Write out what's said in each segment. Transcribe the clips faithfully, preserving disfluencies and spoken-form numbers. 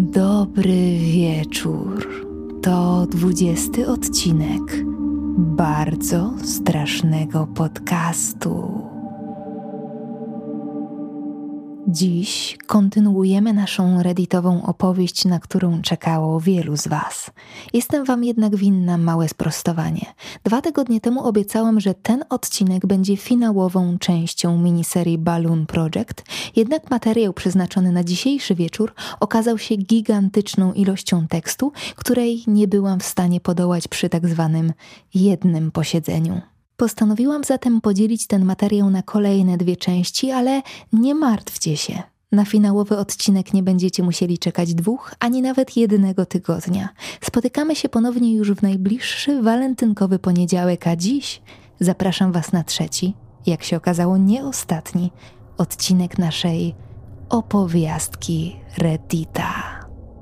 Dobry wieczór. To dwudziesty odcinek bardzo strasznego podcastu. Dziś kontynuujemy naszą redditową opowieść, na którą czekało wielu z Was. Jestem Wam jednak winna małe sprostowanie. Dwa tygodnie temu obiecałam, że ten odcinek będzie finałową częścią miniserii Balloon Project, jednak materiał przeznaczony na dzisiejszy wieczór okazał się gigantyczną ilością tekstu, której nie byłam w stanie podołać przy tak zwanym jednym posiedzeniu. Postanowiłam zatem podzielić ten materiał na kolejne dwie części, ale nie martwcie się. Na finałowy odcinek nie będziecie musieli czekać dwóch, ani nawet jednego tygodnia. Spotykamy się ponownie już w najbliższy walentynkowy poniedziałek, a dziś zapraszam Was na trzeci, jak się okazało nie ostatni, odcinek naszej opowiastki Reddita.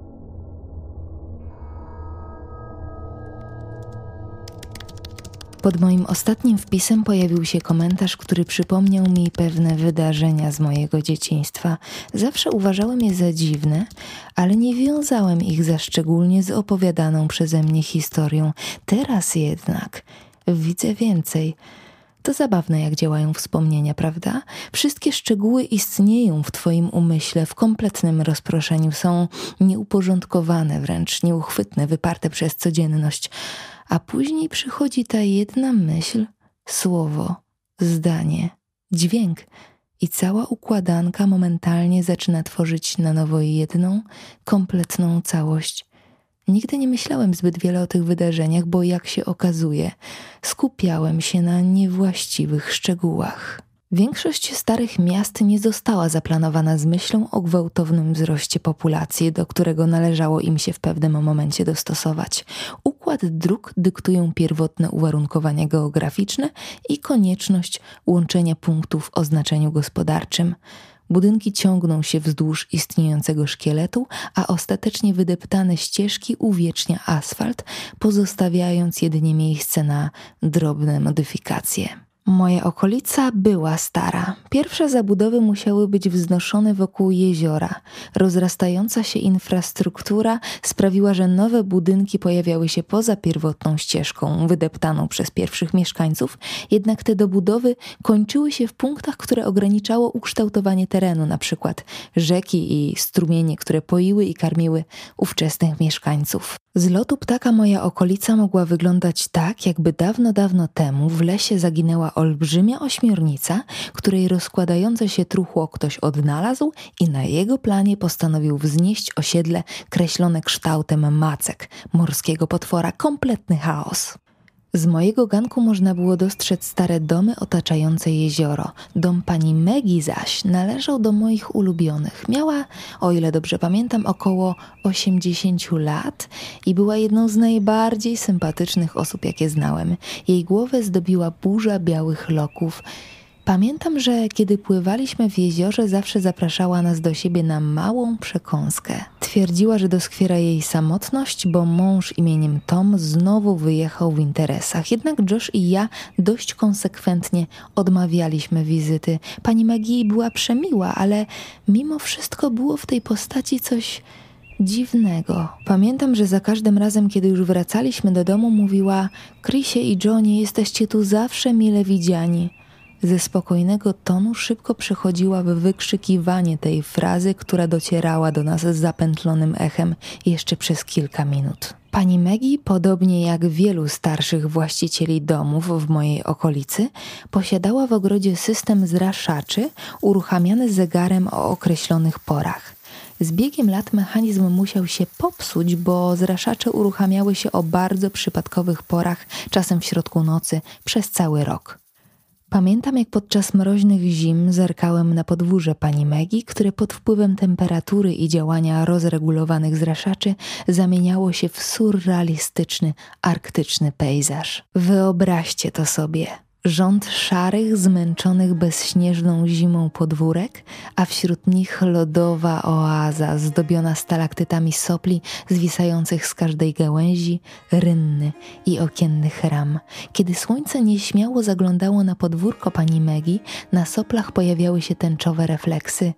Pod moim ostatnim wpisem pojawił się komentarz, który przypomniał mi pewne wydarzenia z mojego dzieciństwa. Zawsze uważałem je za dziwne, ale nie wiązałem ich za szczególnie z opowiadaną przeze mnie historią. Teraz jednak widzę więcej. To zabawne, jak działają wspomnienia, prawda? Wszystkie szczegóły istnieją w Twoim umyśle w kompletnym rozproszeniu, są nieuporządkowane, wręcz nieuchwytne, wyparte przez codzienność. A później przychodzi ta jedna myśl, słowo, zdanie, dźwięk i cała układanka momentalnie zaczyna tworzyć na nowo jedną, kompletną całość. Nigdy nie myślałem zbyt wiele o tych wydarzeniach, bo jak się okazuje, skupiałem się na niewłaściwych szczegółach. Większość starych miast nie została zaplanowana z myślą o gwałtownym wzroście populacji, do którego należało im się w pewnym momencie dostosować. Układ dróg dyktują pierwotne uwarunkowania geograficzne i konieczność łączenia punktów o znaczeniu gospodarczym. Budynki ciągną się wzdłuż istniejącego szkieletu, a ostatecznie wydeptane ścieżki uwiecznia asfalt, pozostawiając jedynie miejsce na drobne modyfikacje. Moja okolica była stara. Pierwsze zabudowy musiały być wznoszone wokół jeziora. Rozrastająca się infrastruktura sprawiła, że nowe budynki pojawiały się poza pierwotną ścieżką wydeptaną przez pierwszych mieszkańców, jednak te dobudowy kończyły się w punktach, które ograniczało ukształtowanie terenu, np. rzeki i strumienie, które poiły i karmiły ówczesnych mieszkańców. Z lotu ptaka moja okolica mogła wyglądać tak, jakby dawno, dawno temu w lesie zaginęła olbrzymia ośmiornica, której rozkładające się truchło ktoś odnalazł i na jego planie postanowił wznieść osiedle kreślone kształtem macek, morskiego potwora, kompletny chaos. Z mojego ganku można było dostrzec stare domy otaczające jezioro. Dom pani Megi zaś należał do moich ulubionych. Miała, o ile dobrze pamiętam, około osiemdziesiąt lat i była jedną z najbardziej sympatycznych osób, jakie znałem. Jej głowę zdobiła burza białych loków. Pamiętam, że kiedy pływaliśmy w jeziorze, zawsze zapraszała nas do siebie na małą przekąskę. Twierdziła, że doskwiera jej samotność, bo mąż imieniem Tom znowu wyjechał w interesach. Jednak Josh i ja dość konsekwentnie odmawialiśmy wizyty. Pani Maggie była przemiła, ale mimo wszystko było w tej postaci coś dziwnego. Pamiętam, że za każdym razem, kiedy już wracaliśmy do domu, mówiła: Chrisie i Johnie, jesteście tu zawsze mile widziani. Ze spokojnego tonu szybko przechodziła w wykrzykiwanie tej frazy, która docierała do nas z zapętlonym echem jeszcze przez kilka minut. Pani Maggie, podobnie jak wielu starszych właścicieli domów w mojej okolicy, posiadała w ogrodzie system zraszaczy uruchamiany zegarem o określonych porach. Z biegiem lat mechanizm musiał się popsuć, bo zraszacze uruchamiały się o bardzo przypadkowych porach, czasem w środku nocy, przez cały rok. Pamiętam, jak podczas mroźnych zim zerkałem na podwórze pani Maggie, które pod wpływem temperatury i działania rozregulowanych zraszaczy zamieniało się w surrealistyczny, arktyczny pejzaż. Wyobraźcie to sobie. Rząd szarych, zmęczonych bezśnieżną zimą podwórek, a wśród nich lodowa oaza zdobiona stalaktytami sopli zwisających z każdej gałęzi, rynny i okiennych ram. Kiedy słońce nieśmiało zaglądało na podwórko pani Maggie, na soplach pojawiały się tęczowe refleksy.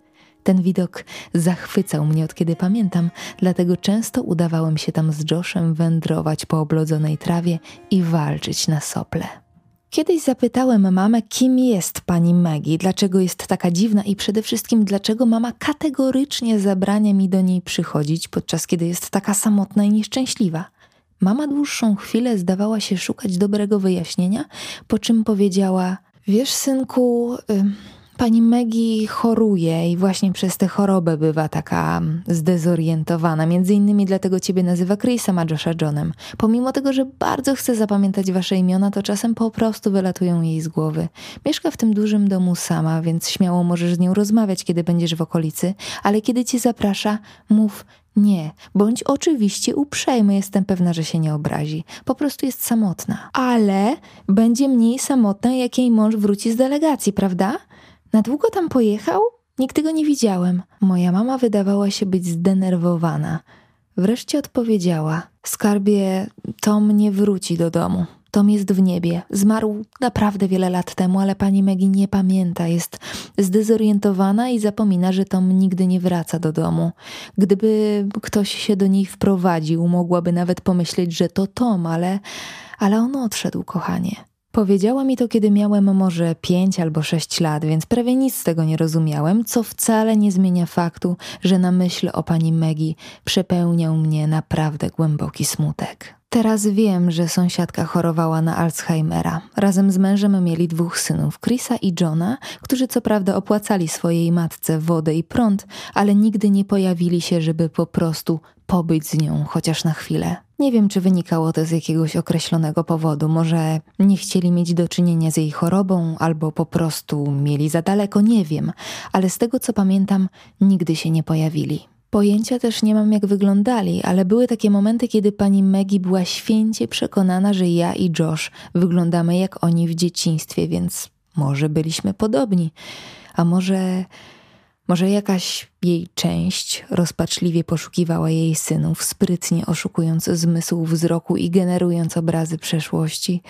Ten widok zachwycał mnie od kiedy pamiętam, dlatego często udawałem się tam z Joshem wędrować po oblodzonej trawie i walczyć na sople. Kiedyś zapytałem mamę, kim jest pani Maggie, dlaczego jest taka dziwna i przede wszystkim dlaczego mama kategorycznie zabrania mi do niej przychodzić, podczas kiedy jest taka samotna i nieszczęśliwa. Mama dłuższą chwilę zdawała się szukać dobrego wyjaśnienia, po czym powiedziała: wiesz, synku, y, pani Maggie choruje i właśnie przez tę chorobę bywa taka zdezorientowana. Między innymi dlatego ciebie nazywa Chrisem, a Josha Johnem. Pomimo tego, że bardzo chce zapamiętać wasze imiona, to czasem po prostu wylatują jej z głowy. Mieszka w tym dużym domu sama, więc śmiało możesz z nią rozmawiać, kiedy będziesz w okolicy, ale kiedy cię zaprasza, mów: nie, bądź oczywiście uprzejmy, jestem pewna, że się nie obrazi. Po prostu jest samotna. Ale będzie mniej samotna, jak jej mąż wróci z delegacji, prawda? Na długo tam pojechał? Nigdy go nie widziałem. Moja mama wydawała się być zdenerwowana. Wreszcie odpowiedziała: skarbie, Tom nie wróci do domu. Tom jest w niebie. Zmarł naprawdę wiele lat temu, ale pani Maggie nie pamięta. Jest zdezorientowana i zapomina, że Tom nigdy nie wraca do domu. Gdyby ktoś się do niej wprowadził, mogłaby nawet pomyśleć, że to Tom, ale, ale on odszedł, kochanie. Powiedziała mi to, kiedy miałem może pięć albo sześć lat, więc prawie nic z tego nie rozumiałem, co wcale nie zmienia faktu, że na myśl o pani Maggie przepełniał mnie naprawdę głęboki smutek. Teraz wiem, że sąsiadka chorowała na Alzheimera. Razem z mężem mieli dwóch synów, Chrisa i Johna, którzy co prawda opłacali swojej matce wodę i prąd, ale nigdy nie pojawili się, żeby po prostu pobyć z nią chociaż na chwilę. Nie wiem, czy wynikało to z jakiegoś określonego powodu. Może nie chcieli mieć do czynienia z jej chorobą, albo po prostu mieli za daleko, nie wiem. Ale z tego, co pamiętam, nigdy się nie pojawili. Pojęcia też nie mam, jak wyglądali, ale były takie momenty, kiedy pani Maggie była święcie przekonana, że ja i Josh wyglądamy jak oni w dzieciństwie, więc może byliśmy podobni. A może... Może jakaś jej część rozpaczliwie poszukiwała jej synów, sprytnie oszukując zmysł wzroku i generując obrazy przeszłości.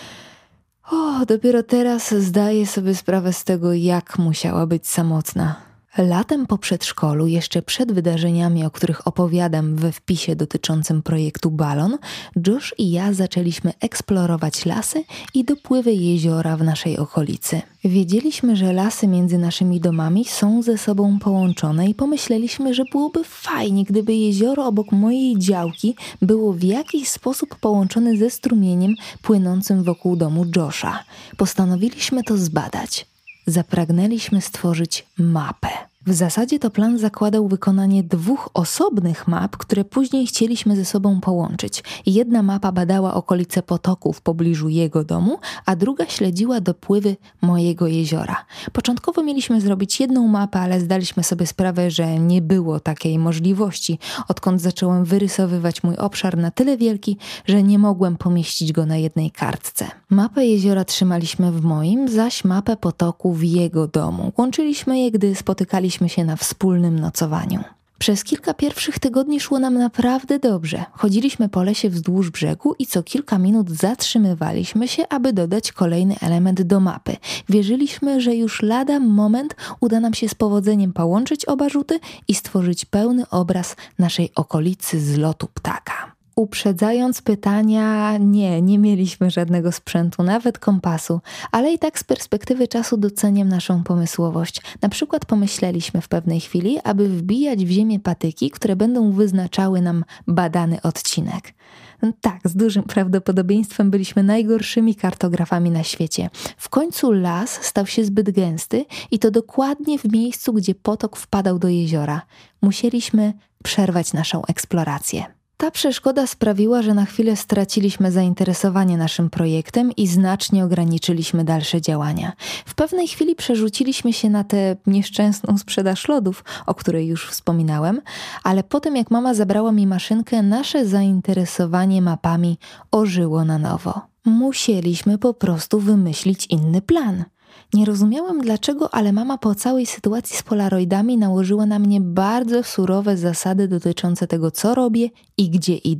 O, dopiero teraz zdaję sobie sprawę z tego, jak musiała być samotna. Latem po przedszkolu, jeszcze przed wydarzeniami, o których opowiadam we wpisie dotyczącym projektu Balon, Josh i ja zaczęliśmy eksplorować lasy i dopływy jeziora w naszej okolicy. Wiedzieliśmy, że lasy między naszymi domami są ze sobą połączone i pomyśleliśmy, że byłoby fajnie, gdyby jezioro obok mojej działki było w jakiś sposób połączone ze strumieniem płynącym wokół domu Josha. Postanowiliśmy to zbadać. Zapragnęliśmy stworzyć mapę. W zasadzie to plan zakładał wykonanie dwóch osobnych map, które później chcieliśmy ze sobą połączyć. Jedna mapa badała okolice potoku w pobliżu jego domu, a druga śledziła dopływy mojego jeziora. Początkowo mieliśmy zrobić jedną mapę, ale zdaliśmy sobie sprawę, że nie było takiej możliwości, odkąd zacząłem wyrysowywać mój obszar na tyle wielki, że nie mogłem pomieścić go na jednej kartce. Mapę jeziora trzymaliśmy w moim, zaś mapę potoku w jego domu. Łączyliśmy je, gdy spotykaliśmy się na wspólnym nocowaniu. Przez kilka pierwszych tygodni szło nam naprawdę dobrze. Chodziliśmy po lesie wzdłuż brzegu i co kilka minut zatrzymywaliśmy się, aby dodać kolejny element do mapy. Wierzyliśmy, że już lada moment uda nam się z powodzeniem połączyć oba rzuty i stworzyć pełny obraz naszej okolicy z lotu ptaka. Uprzedzając pytania, nie, nie mieliśmy żadnego sprzętu, nawet kompasu, ale i tak z perspektywy czasu doceniam naszą pomysłowość. Na przykład pomyśleliśmy w pewnej chwili, aby wbijać w ziemię patyki, które będą wyznaczały nam badany odcinek. Tak, z dużym prawdopodobieństwem byliśmy najgorszymi kartografami na świecie. W końcu las stał się zbyt gęsty i to dokładnie w miejscu, gdzie potok wpadał do jeziora. Musieliśmy przerwać naszą eksplorację. Ta przeszkoda sprawiła, że na chwilę straciliśmy zainteresowanie naszym projektem i znacznie ograniczyliśmy dalsze działania. W pewnej chwili przerzuciliśmy się na tę nieszczęsną sprzedaż lodów, o której już wspominałem, ale potem jak mama zabrała mi maszynkę, nasze zainteresowanie mapami ożyło na nowo. Musieliśmy po prostu wymyślić inny plan. Nie rozumiałem dlaczego, ale mama po całej sytuacji z polaroidami nałożyła na mnie bardzo surowe zasady dotyczące tego, co robię i gdzie idę.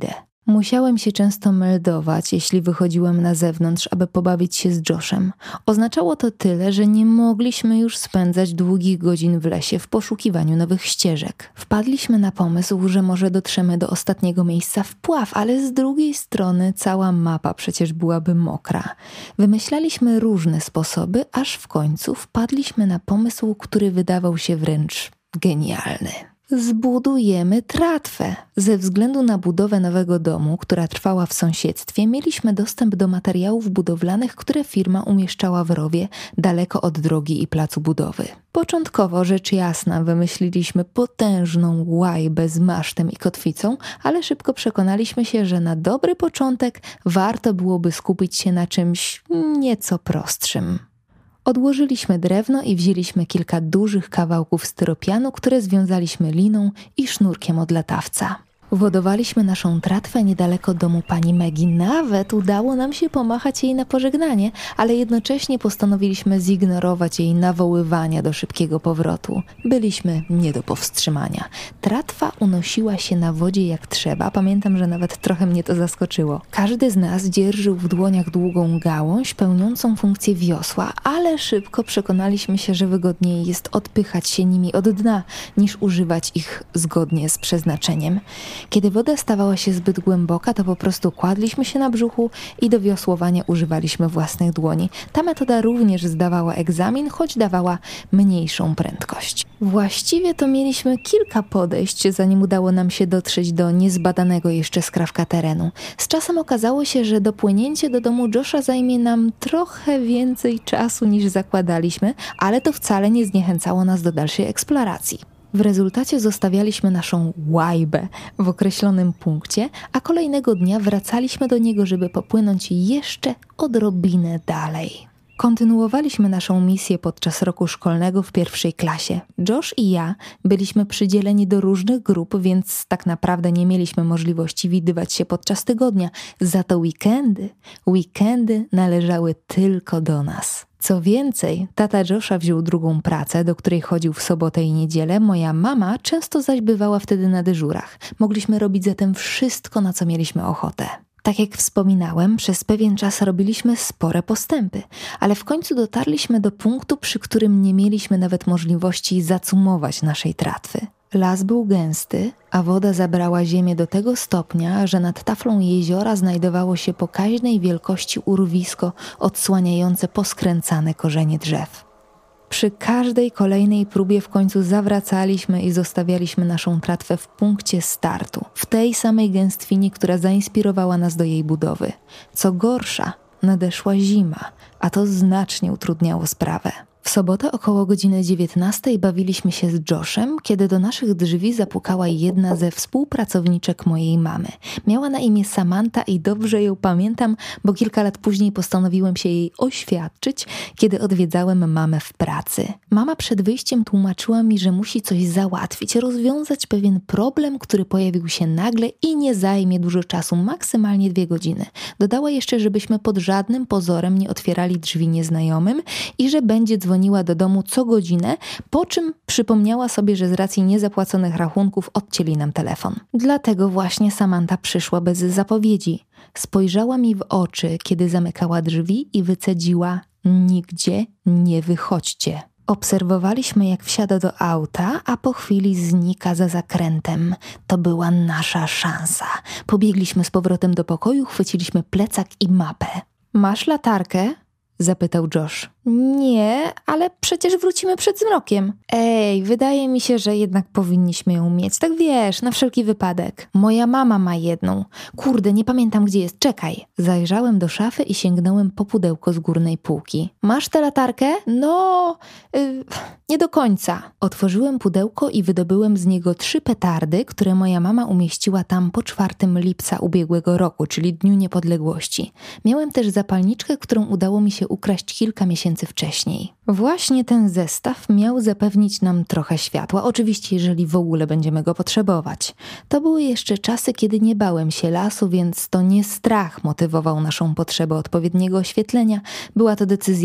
Musiałem się często meldować, jeśli wychodziłem na zewnątrz, aby pobawić się z Joshem. Oznaczało to tyle, że nie mogliśmy już spędzać długich godzin w lesie w poszukiwaniu nowych ścieżek. Wpadliśmy na pomysł, że może dotrzemy do ostatniego miejsca wpław, ale z drugiej strony cała mapa przecież byłaby mokra. Wymyślaliśmy różne sposoby, aż w końcu wpadliśmy na pomysł, który wydawał się wręcz genialny. Zbudujemy tratwę. Ze względu na budowę nowego domu, która trwała w sąsiedztwie, mieliśmy dostęp do materiałów budowlanych, które firma umieszczała w rowie, daleko od drogi i placu budowy. Początkowo, rzecz jasna, wymyśliliśmy potężną łajbę z masztem i kotwicą, ale szybko przekonaliśmy się, że na dobry początek warto byłoby skupić się na czymś nieco prostszym. Odłożyliśmy drewno i wzięliśmy kilka dużych kawałków styropianu, które związaliśmy liną i sznurkiem od latawca. Wodowaliśmy naszą tratwę niedaleko domu pani Megi. Nawet udało nam się pomachać jej na pożegnanie, ale jednocześnie postanowiliśmy zignorować jej nawoływania do szybkiego powrotu. Byliśmy nie do powstrzymania. Tratwa unosiła się na wodzie jak trzeba. Pamiętam, że nawet trochę mnie to zaskoczyło. Każdy z nas dzierżył w dłoniach długą gałąź pełniącą funkcję wiosła, ale szybko przekonaliśmy się, że wygodniej jest odpychać się nimi od dna, niż używać ich zgodnie z przeznaczeniem. Kiedy woda stawała się zbyt głęboka, to po prostu kładliśmy się na brzuchu i do wiosłowania używaliśmy własnych dłoni. Ta metoda również zdawała egzamin, choć dawała mniejszą prędkość. Właściwie to mieliśmy kilka podejść, zanim udało nam się dotrzeć do niezbadanego jeszcze skrawka terenu. Z czasem okazało się, że dopłynięcie do domu Josha zajmie nam trochę więcej czasu niż zakładaliśmy, ale to wcale nie zniechęcało nas do dalszej eksploracji. W rezultacie zostawialiśmy naszą łajbę w określonym punkcie, a kolejnego dnia wracaliśmy do niego, żeby popłynąć jeszcze odrobinę dalej. Kontynuowaliśmy naszą misję podczas roku szkolnego w pierwszej klasie. Josh i ja byliśmy przydzieleni do różnych grup, więc tak naprawdę nie mieliśmy możliwości widywać się podczas tygodnia. Za to weekendy, weekendy należały tylko do nas. Co więcej, tata Josha wziął drugą pracę, do której chodził w sobotę i niedzielę. Moja mama często zaś bywała wtedy na dyżurach. Mogliśmy robić zatem wszystko, na co mieliśmy ochotę. Tak jak wspominałem, przez pewien czas robiliśmy spore postępy, ale w końcu dotarliśmy do punktu, przy którym nie mieliśmy nawet możliwości zacumować naszej tratwy. Las był gęsty, a woda zabrała ziemię do tego stopnia, że nad taflą jeziora znajdowało się pokaźnej wielkości urwisko odsłaniające poskręcane korzenie drzew. Przy każdej kolejnej próbie w końcu zawracaliśmy i zostawialiśmy naszą tratwę w punkcie startu, w tej samej gęstwinie, która zainspirowała nas do jej budowy. Co gorsza, nadeszła zima, a to znacznie utrudniało sprawę. W sobotę około godziny dziewiętnastej bawiliśmy się z Joshem, kiedy do naszych drzwi zapukała jedna ze współpracowniczek mojej mamy. Miała na imię Samantha i dobrze ją pamiętam, bo kilka lat później postanowiłem się jej oświadczyć, kiedy odwiedzałem mamę w pracy. Mama przed wyjściem tłumaczyła mi, że musi coś załatwić, rozwiązać pewien problem, który pojawił się nagle i nie zajmie dużo czasu, maksymalnie dwie godziny. Dodała jeszcze, żebyśmy pod żadnym pozorem nie otwierali drzwi nieznajomym i że będzie dzwonić dzwoniła do domu co godzinę, po czym przypomniała sobie, że z racji niezapłaconych rachunków odcięli nam telefon. Dlatego właśnie Samantha przyszła bez zapowiedzi. Spojrzała mi w oczy, kiedy zamykała drzwi i wycedziła: nigdzie nie wychodźcie. Obserwowaliśmy, jak wsiada do auta, a po chwili znika za zakrętem. To była nasza szansa. Pobiegliśmy z powrotem do pokoju, chwyciliśmy plecak i mapę. Masz latarkę? Zapytał Josh. Nie, ale przecież wrócimy przed zmrokiem. Ej, wydaje mi się, że jednak powinniśmy ją mieć. Tak wiesz, na wszelki wypadek. Moja mama ma jedną. Kurde, nie pamiętam gdzie jest. Czekaj. Zajrzałem do szafy i sięgnąłem po pudełko z górnej półki. Masz tę latarkę? No, yy, nie do końca. Otworzyłem pudełko i wydobyłem z niego trzy petardy, które moja mama umieściła tam po czwartego lipca ubiegłego roku, czyli Dniu Niepodległości. Miałem też zapalniczkę, którą udało mi się ukraść kilka miesięcy wcześniej. Właśnie ten zestaw miał zapewnić nam trochę światła, oczywiście jeżeli w ogóle będziemy go potrzebować. To były jeszcze czasy, kiedy nie bałem się lasu, więc to nie strach motywował naszą potrzebę odpowiedniego oświetlenia. Była to decyzja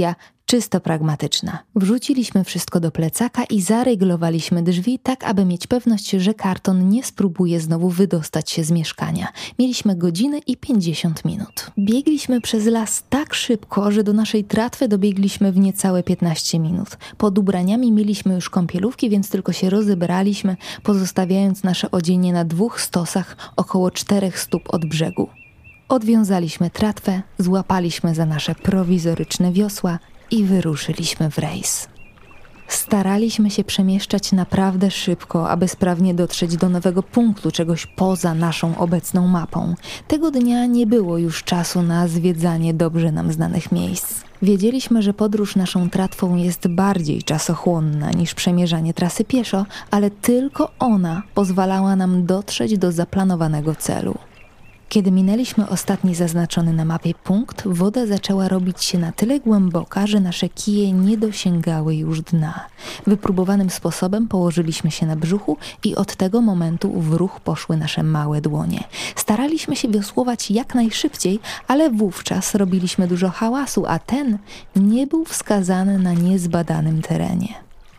czysto pragmatyczna. Wrzuciliśmy wszystko do plecaka i zaryglowaliśmy drzwi tak, aby mieć pewność, że karton nie spróbuje znowu wydostać się z mieszkania. Mieliśmy godzinę i pięćdziesiąt minut. Biegliśmy przez las tak szybko, że do naszej tratwy dobiegliśmy w niecałe piętnaście minut. Pod ubraniami mieliśmy już kąpielówki, więc tylko się rozebraliśmy, pozostawiając nasze odzienie na dwóch stosach około czterech stóp od brzegu. Odwiązaliśmy tratwę, złapaliśmy za nasze prowizoryczne wiosła i wyruszyliśmy w rejs. Staraliśmy się przemieszczać naprawdę szybko, aby sprawnie dotrzeć do nowego punktu, czegoś poza naszą obecną mapą. Tego dnia nie było już czasu na zwiedzanie dobrze nam znanych miejsc. Wiedzieliśmy, że podróż naszą tratwą jest bardziej czasochłonna niż przemierzanie trasy pieszo, ale tylko ona pozwalała nam dotrzeć do zaplanowanego celu. Kiedy minęliśmy ostatni zaznaczony na mapie punkt, woda zaczęła robić się na tyle głęboka, że nasze kije nie dosięgały już dna. Wypróbowanym sposobem położyliśmy się na brzuchu i od tego momentu w ruch poszły nasze małe dłonie. Staraliśmy się wiosłować jak najszybciej, ale wówczas robiliśmy dużo hałasu, a ten nie był wskazany na niezbadanym terenie.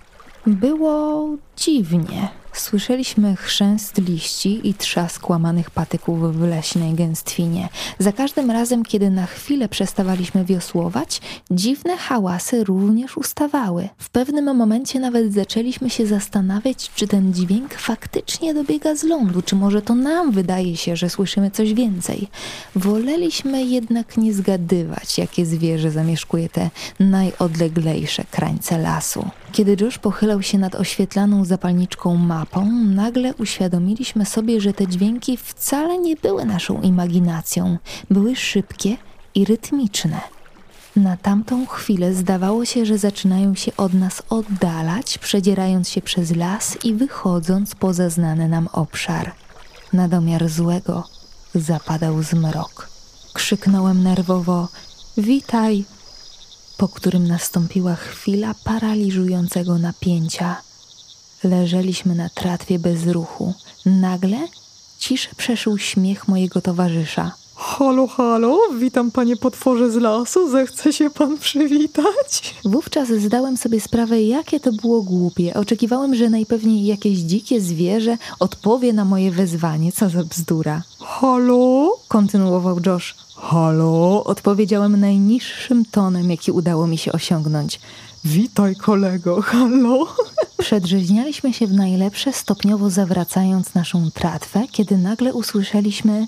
Było dziwnie. Słyszeliśmy chrzęst liści i trzask łamanych patyków w leśnej gęstwinie. Za każdym razem, kiedy na chwilę przestawaliśmy wiosłować, dziwne hałasy również ustawały. W pewnym momencie nawet zaczęliśmy się zastanawiać, czy ten dźwięk faktycznie dobiega z lądu, czy może to nam wydaje się, że słyszymy coś więcej. Woleliśmy jednak nie zgadywać, jakie zwierzę zamieszkuje te najodleglejsze krańce lasu. Kiedy Josh pochylał się nad oświetlaną zapalniczką mapą, nagle uświadomiliśmy sobie, że te dźwięki wcale nie były naszą imaginacją. Były szybkie i rytmiczne. Na tamtą chwilę zdawało się, że zaczynają się od nas oddalać, przedzierając się przez las i wychodząc poza znany nam obszar. Na domiar złego zapadał zmrok. Krzyknąłem nerwowo: „Witaj!”, po którym nastąpiła chwila paraliżującego napięcia. Leżeliśmy na tratwie bez ruchu. Nagle ciszę przeszył śmiech mojego towarzysza. Halo, halo, witam panie potworze z lasu, zechce się pan przywitać? Wówczas zdałem sobie sprawę, jakie to było głupie. Oczekiwałem, że najpewniej jakieś dzikie zwierzę odpowie na moje wezwanie. Co za bzdura. Halo? Kontynuował Josh. Halo? Odpowiedziałem najniższym tonem, jaki udało mi się osiągnąć. Witaj, kolego, halo? Przedrzeźnialiśmy się w najlepsze, stopniowo zawracając naszą tratwę, kiedy nagle usłyszeliśmy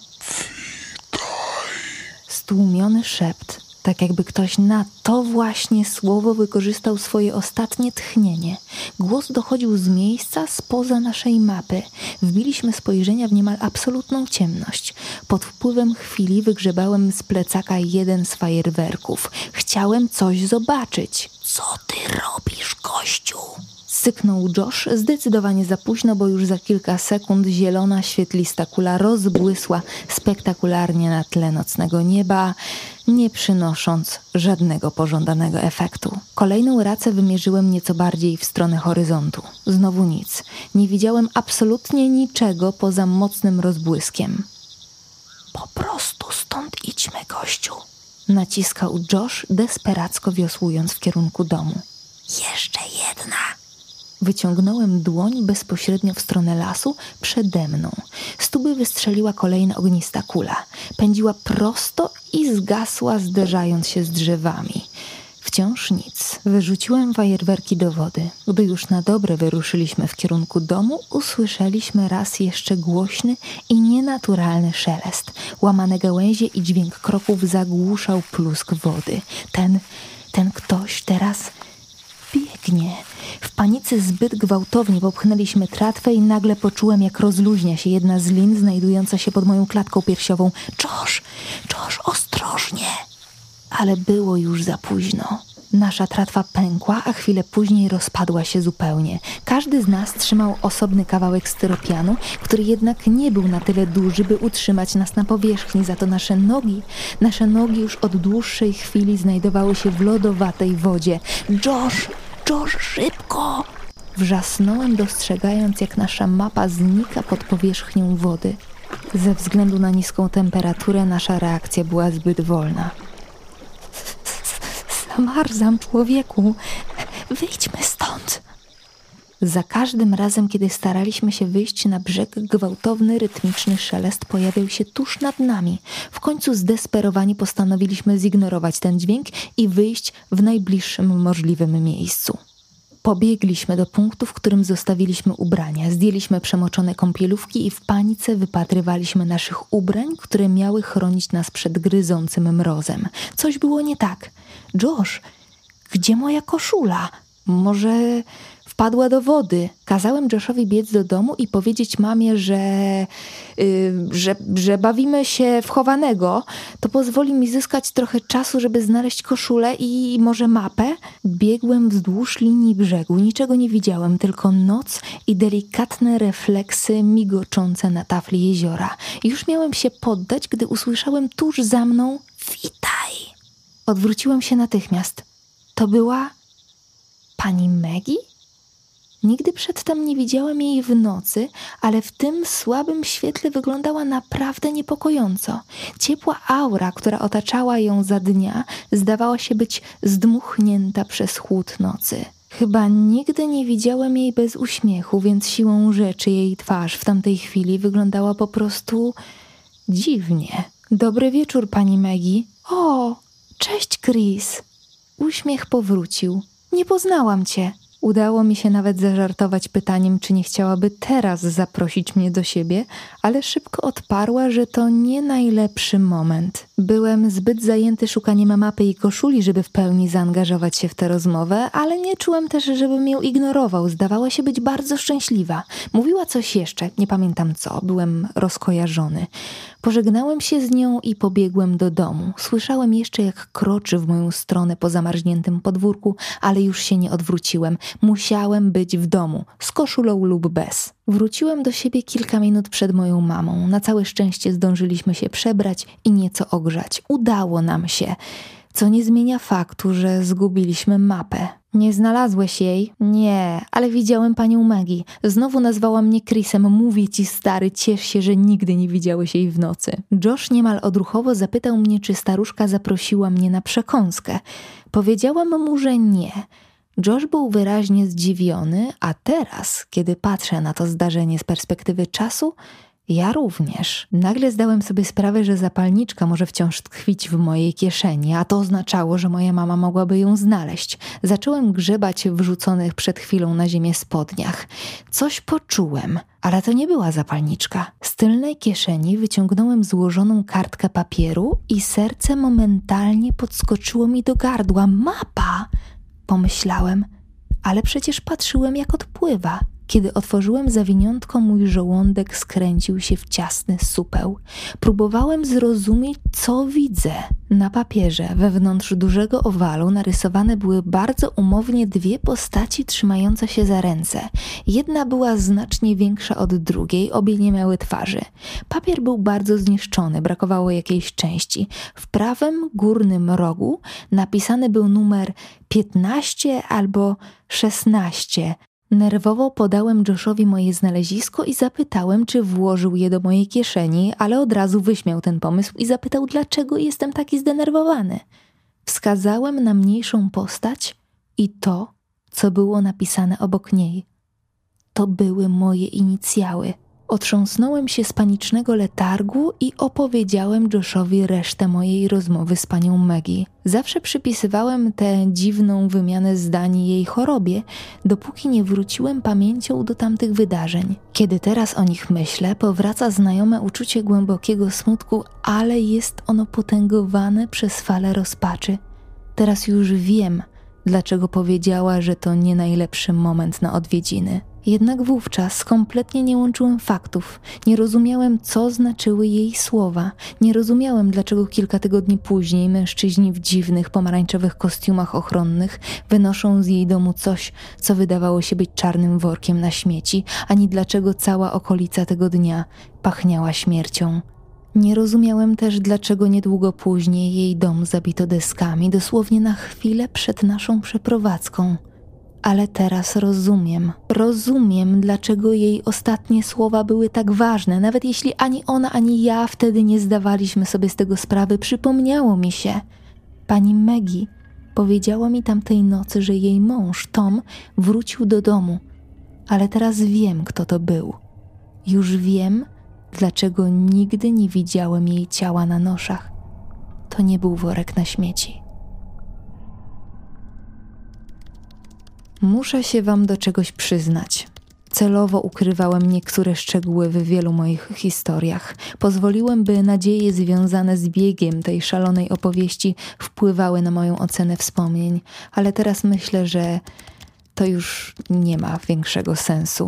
stłumiony szept, tak jakby ktoś na to właśnie słowo wykorzystał swoje ostatnie tchnienie. Głos dochodził z miejsca spoza naszej mapy. Wbiliśmy spojrzenia w niemal absolutną ciemność. Pod wpływem chwili wygrzebałem z plecaka jeden z fajerwerków. Chciałem coś zobaczyć. Co ty robisz, gościu? Syknął Josh zdecydowanie za późno, bo już za kilka sekund zielona, świetlista kula rozbłysła spektakularnie na tle nocnego nieba, nie przynosząc żadnego pożądanego efektu. Kolejną racę wymierzyłem nieco bardziej w stronę horyzontu. Znowu nic. Nie widziałem absolutnie niczego poza mocnym rozbłyskiem. Po prostu stąd idźmy, gościu. Naciskał Josh, desperacko wiosłując w kierunku domu. Jeszcze jedna. Wyciągnąłem dłoń bezpośrednio w stronę lasu przede mną. Z tuby wystrzeliła kolejna ognista kula. Pędziła prosto i zgasła, zderzając się z drzewami. Wciąż nic. Wyrzuciłem fajerwerki do wody. Gdy już na dobre wyruszyliśmy w kierunku domu, usłyszeliśmy raz jeszcze głośny i nienaturalny szelest. Łamane gałęzie i dźwięk kroków zagłuszał plusk wody. Ten, ten ktoś teraz biegnie. W panice zbyt gwałtownie popchnęliśmy tratwę i nagle poczułem, jak rozluźnia się jedna z lin znajdująca się pod moją klatką piersiową. Josh! Josh, ostrożnie! Ale było już za późno. Nasza tratwa pękła, a chwilę później rozpadła się zupełnie. Każdy z nas trzymał osobny kawałek styropianu, który jednak nie był na tyle duży, by utrzymać nas na powierzchni. Za to nasze nogi, nasze nogi już od dłuższej chwili znajdowały się w lodowatej wodzie. Josh! Josh, szybko! Wrzasnąłem, dostrzegając, jak nasza mapa znika pod powierzchnią wody. Ze względu na niską temperaturę nasza reakcja była zbyt wolna. Zamarzam, człowieku. Wyjdźmy stąd. Za każdym razem, kiedy staraliśmy się wyjść na brzeg, gwałtowny, rytmiczny szelest pojawiał się tuż nad nami. W końcu zdesperowani postanowiliśmy zignorować ten dźwięk i wyjść w najbliższym możliwym miejscu. Pobiegliśmy do punktu, w którym zostawiliśmy ubrania. Zdjęliśmy przemoczone kąpielówki i w panice wypatrywaliśmy naszych ubrań, które miały chronić nas przed gryzącym mrozem. Coś było nie tak. Josh, gdzie moja koszula? Może wpadła do wody. Kazałem Joshowi biec do domu i powiedzieć mamie, że, yy, że, że bawimy się w chowanego. To pozwoli mi zyskać trochę czasu, żeby znaleźć koszulę i może mapę. Biegłem wzdłuż linii brzegu. Niczego nie widziałem, tylko noc i delikatne refleksy migoczące na tafli jeziora. Już miałem się poddać, gdy usłyszałem tuż za mną: witaj! Odwróciłem się natychmiast. To była pani Maggie? Nigdy przedtem nie widziałem jej w nocy, ale w tym słabym świetle wyglądała naprawdę niepokojąco. Ciepła aura, która otaczała ją za dnia, zdawała się być zdmuchnięta przez chłód nocy. Chyba nigdy nie widziałem jej bez uśmiechu, więc siłą rzeczy jej twarz w tamtej chwili wyglądała po prostu dziwnie. Dobry wieczór, pani Maggie. O, cześć, Chris. Uśmiech powrócił. Nie poznałam cię. Udało mi się nawet zażartować pytaniem, czy nie chciałaby teraz zaprosić mnie do siebie, ale szybko odparła, że to nie najlepszy moment. Byłem zbyt zajęty szukaniem mapy i koszuli, żeby w pełni zaangażować się w tę rozmowę, ale nie czułem też, żebym ją ignorował. Zdawała się być bardzo szczęśliwa. Mówiła coś jeszcze, nie pamiętam co, byłem rozkojarzony. Pożegnałem się z nią i pobiegłem do domu. Słyszałem jeszcze, jak kroczy w moją stronę po zamarzniętym podwórku, ale już się nie odwróciłem. Musiałem być w domu, z koszulą lub bez. Wróciłem do siebie kilka minut przed moją mamą. Na całe szczęście zdążyliśmy się przebrać i nieco ogrzać. Udało nam się, co nie zmienia faktu, że zgubiliśmy mapę. Nie znalazłeś jej? Nie, ale widziałem panią Maggie. Znowu nazwała mnie Chrisem. Mówię ci, stary, ciesz się, że nigdy nie widziałeś jej w nocy. Josh niemal odruchowo zapytał mnie, czy staruszka zaprosiła mnie na przekąskę. Powiedziałam mu, że nie. Josh był wyraźnie zdziwiony, a teraz, kiedy patrzę na to zdarzenie z perspektywy czasu, ja również. Nagle zdałem sobie sprawę, że zapalniczka może wciąż tkwić w mojej kieszeni, a to oznaczało, że moja mama mogłaby ją znaleźć. Zacząłem grzebać w wrzuconych przed chwilą na ziemię spodniach. Coś poczułem, ale to nie była zapalniczka. Z tylnej kieszeni wyciągnąłem złożoną kartkę papieru i serce momentalnie podskoczyło mi do gardła. Mapa! Pomyślałem, ale przecież patrzyłem, jak odpływa. Kiedy otworzyłem zawiniątko, mój żołądek skręcił się w ciasny supeł. Próbowałem zrozumieć, co widzę. Na papierze wewnątrz dużego owalu narysowane były bardzo umownie dwie postaci trzymające się za ręce. Jedna była znacznie większa od drugiej, obie nie miały twarzy. Papier był bardzo zniszczony, brakowało jakiejś części. W prawym górnym rogu napisany był numer piętnaście albo szesnaście. Nerwowo podałem Joshowi moje znalezisko i zapytałem, czy włożył je do mojej kieszeni, ale od razu wyśmiał ten pomysł i zapytał, dlaczego jestem taki zdenerwowany. Wskazałem na mniejszą postać i to, co było napisane obok niej. To były moje inicjały. Otrząsnąłem się z panicznego letargu i opowiedziałem Joshowi resztę mojej rozmowy z panią Maggie. Zawsze przypisywałem tę dziwną wymianę zdań jej chorobie, dopóki nie wróciłem pamięcią do tamtych wydarzeń. Kiedy teraz o nich myślę, powraca znajome uczucie głębokiego smutku, ale jest ono potęgowane przez falę rozpaczy. Teraz już wiem, dlaczego powiedziała, że to nie najlepszy moment na odwiedziny. Jednak wówczas kompletnie nie łączyłem faktów. Nie rozumiałem, co znaczyły jej słowa. Nie rozumiałem, dlaczego kilka tygodni później mężczyźni w dziwnych, pomarańczowych kostiumach ochronnych wynoszą z jej domu coś, co wydawało się być czarnym workiem na śmieci, ani dlaczego cała okolica tego dnia pachniała śmiercią. Nie rozumiałem też, dlaczego niedługo później jej dom zabito deskami, dosłownie na chwilę przed naszą przeprowadzką. Ale teraz rozumiem. Rozumiem, dlaczego jej ostatnie słowa były tak ważne. Nawet jeśli ani ona, ani ja wtedy nie zdawaliśmy sobie z tego sprawy, przypomniało mi się. Pani Maggie Powiedziała mi tamtej nocy, że jej mąż, Tom, wrócił do domu, ale teraz wiem, kto to był. Już wiem, dlaczego nigdy nie widziałem jej ciała na noszach. To nie był worek na śmieci. Muszę się wam do czegoś przyznać. Celowo ukrywałem niektóre szczegóły w wielu moich historiach. Pozwoliłem, by nadzieje związane z biegiem tej szalonej opowieści wpływały na moją ocenę wspomnień, ale teraz myślę, że to już nie ma większego sensu.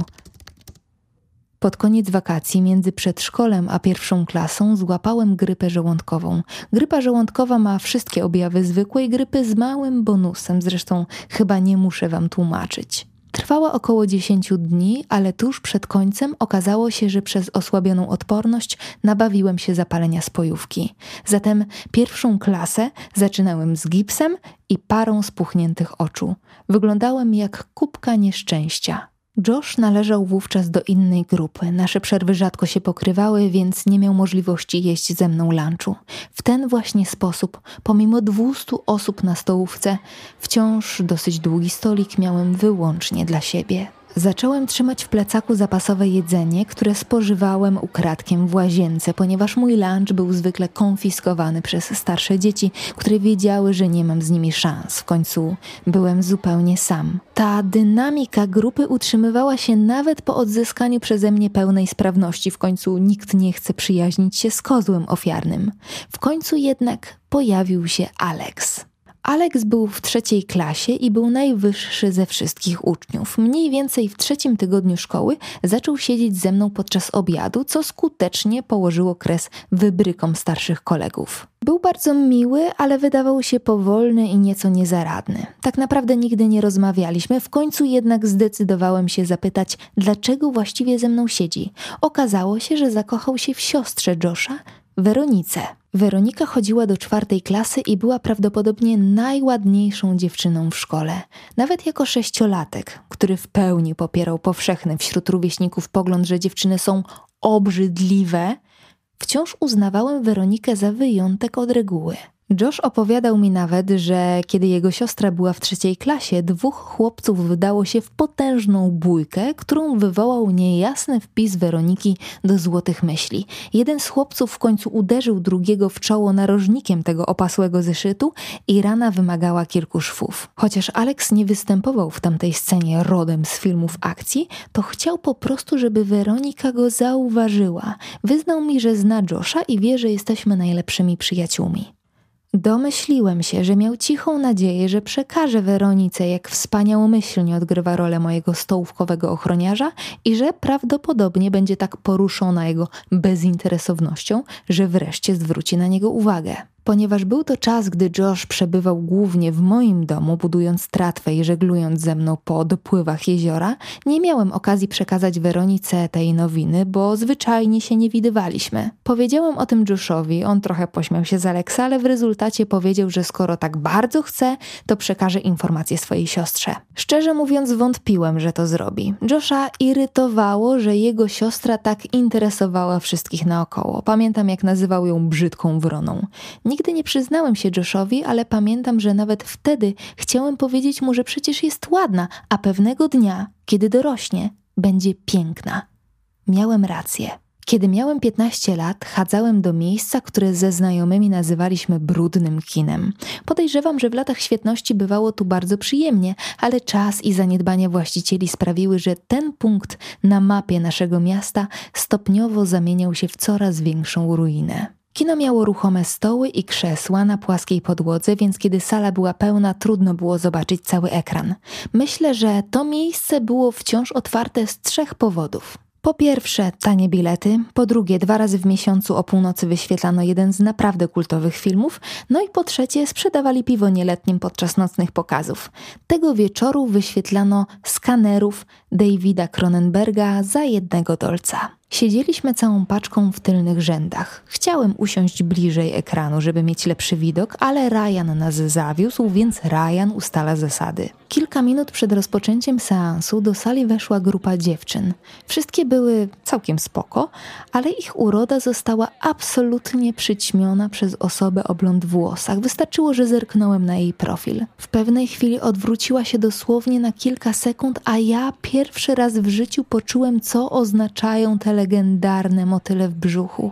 Pod koniec wakacji między przedszkolem a pierwszą klasą złapałem grypę żołądkową. Grypa żołądkowa ma wszystkie objawy zwykłej grypy z małym bonusem, zresztą chyba nie muszę wam tłumaczyć. Trwała około dziesięciu dni, ale tuż przed końcem okazało się, że przez osłabioną odporność nabawiłem się zapalenia spojówki. Zatem pierwszą klasę zaczynałem z gipsem i parą spuchniętych oczu. Wyglądałem jak kubka nieszczęścia. Josh należał wówczas do innej grupy. Nasze przerwy rzadko się pokrywały, więc nie miał możliwości jeść ze mną lunchu. W ten właśnie sposób, pomimo dwustu osób na stołówce, wciąż dosyć długi stolik miałem wyłącznie dla siebie. Zacząłem trzymać w plecaku zapasowe jedzenie, które spożywałem ukradkiem w łazience, ponieważ mój lunch był zwykle konfiskowany przez starsze dzieci, które wiedziały, że nie mam z nimi szans. W końcu byłem zupełnie sam. Ta dynamika grupy utrzymywała się nawet po odzyskaniu przeze mnie pełnej sprawności. W końcu nikt nie chce przyjaźnić się z kozłem ofiarnym. W końcu jednak pojawił się Alex. Alex był w trzeciej klasie i był najwyższy ze wszystkich uczniów. Mniej więcej w trzecim tygodniu szkoły zaczął siedzieć ze mną podczas obiadu, co skutecznie położyło kres wybrykom starszych kolegów. Był bardzo miły, ale wydawał się powolny i nieco niezaradny. Tak naprawdę nigdy nie rozmawialiśmy, w końcu jednak zdecydowałem się zapytać, dlaczego właściwie ze mną siedzi. Okazało się, że zakochał się w siostrze Josha, Weronice. Weronika chodziła do czwartej klasy i była prawdopodobnie najładniejszą dziewczyną w szkole. Nawet jako sześciolatek, który w pełni popierał powszechny wśród rówieśników pogląd, że dziewczyny są obrzydliwe, wciąż uznawałem Weronikę za wyjątek od reguły. Josh opowiadał mi nawet, że kiedy jego siostra była w trzeciej klasie, dwóch chłopców wydało się w potężną bójkę, którą wywołał niejasny wpis Weroniki do złotych myśli. Jeden z chłopców w końcu uderzył drugiego w czoło narożnikiem tego opasłego zeszytu i rana wymagała kilku szwów. Chociaż Alex nie występował w tamtej scenie rodem z filmów akcji, to chciał po prostu, żeby Weronika go zauważyła. Wyznał mi, że zna Josha i wie, że jesteśmy najlepszymi przyjaciółmi. Domyśliłem się, że miał cichą nadzieję, że przekaże Weronice, jak wspaniałomyślnie odgrywa rolę mojego stołówkowego ochroniarza i że prawdopodobnie będzie tak poruszona jego bezinteresownością, że wreszcie zwróci na niego uwagę. Ponieważ był to czas, gdy Josh przebywał głównie w moim domu, budując tratwę i żeglując ze mną po dopływach jeziora, nie miałem okazji przekazać Weronice tej nowiny, bo zwyczajnie się nie widywaliśmy. Powiedziałem o tym Joshowi, on trochę pośmiał się z Alexa, ale w rezultacie powiedział, że skoro tak bardzo chce, to przekaże informację swojej siostrze. Szczerze mówiąc, wątpiłem, że to zrobi. Josha irytowało, że jego siostra tak interesowała wszystkich naokoło. Pamiętam, jak nazywał ją brzydką wroną. Nigdy nie przyznałem się Joshowi, ale pamiętam, że nawet wtedy chciałem powiedzieć mu, że przecież jest ładna, a pewnego dnia, kiedy dorośnie, będzie piękna. Miałem rację. Kiedy miałem piętnaście lat, chadzałem do miejsca, które ze znajomymi nazywaliśmy brudnym kinem. Podejrzewam, że w latach świetności bywało tu bardzo przyjemnie, ale czas i zaniedbania właścicieli sprawiły, że ten punkt na mapie naszego miasta stopniowo zamieniał się w coraz większą ruinę. Kino miało ruchome stoły i krzesła na płaskiej podłodze, więc kiedy sala była pełna, trudno było zobaczyć cały ekran. Myślę, że to miejsce było wciąż otwarte z trzech powodów. Po pierwsze, tanie bilety, po drugie, dwa razy w miesiącu o północy wyświetlano jeden z naprawdę kultowych filmów, no i po trzecie, sprzedawali piwo nieletnim podczas nocnych pokazów. Tego wieczoru wyświetlano Skanerów Davida Cronenberga za jednego dolca. Siedzieliśmy całą paczką w tylnych rzędach. Chciałem usiąść bliżej ekranu, żeby mieć lepszy widok, ale Ryan nas zawiózł, więc Ryan ustala zasady. Kilka minut przed rozpoczęciem seansu do sali weszła grupa dziewczyn. Wszystkie były całkiem spoko, ale ich uroda została absolutnie przyćmiona przez osobę o blond włosach. Wystarczyło, że zerknąłem na jej profil. W pewnej chwili odwróciła się dosłownie na kilka sekund, a ja pierwszy raz w życiu poczułem, co oznaczają te legendarne motyle w brzuchu.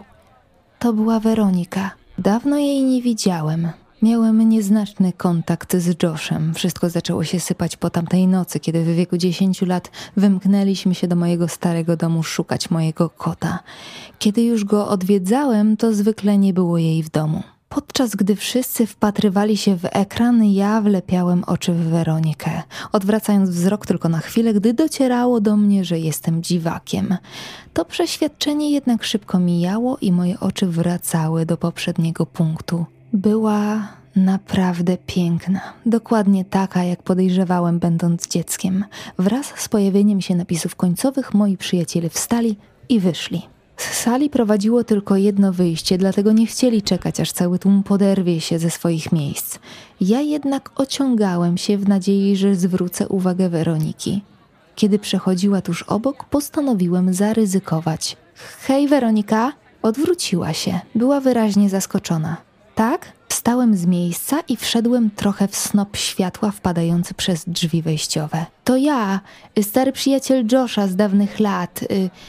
To była Weronika. Dawno jej nie widziałem. Miałem nieznaczny kontakt z Joshem. Wszystko zaczęło się sypać po tamtej nocy, kiedy w wieku dziesięciu lat wymknęliśmy się do mojego starego domu szukać mojego kota. Kiedy już go odwiedzałem, to zwykle nie było jej w domu. Podczas gdy wszyscy wpatrywali się w ekran, ja wlepiałem oczy w Weronikę, odwracając wzrok tylko na chwilę, gdy docierało do mnie, że jestem dziwakiem. To przeświadczenie jednak szybko mijało i moje oczy wracały do poprzedniego punktu. Była naprawdę piękna, dokładnie taka, jak podejrzewałem, będąc dzieckiem. Wraz z pojawieniem się napisów końcowych moi przyjaciele wstali i wyszli. Z sali prowadziło tylko jedno wyjście, dlatego nie chcieli czekać, aż cały tłum poderwie się ze swoich miejsc. Ja jednak ociągałem się w nadziei, że zwrócę uwagę Weroniki. Kiedy przechodziła tuż obok, postanowiłem zaryzykować. Hej, Weronika! Odwróciła się. Była wyraźnie zaskoczona. Tak? Wstałem z miejsca i wszedłem trochę w snop światła wpadający przez drzwi wejściowe. To ja, stary przyjaciel Josha z dawnych lat.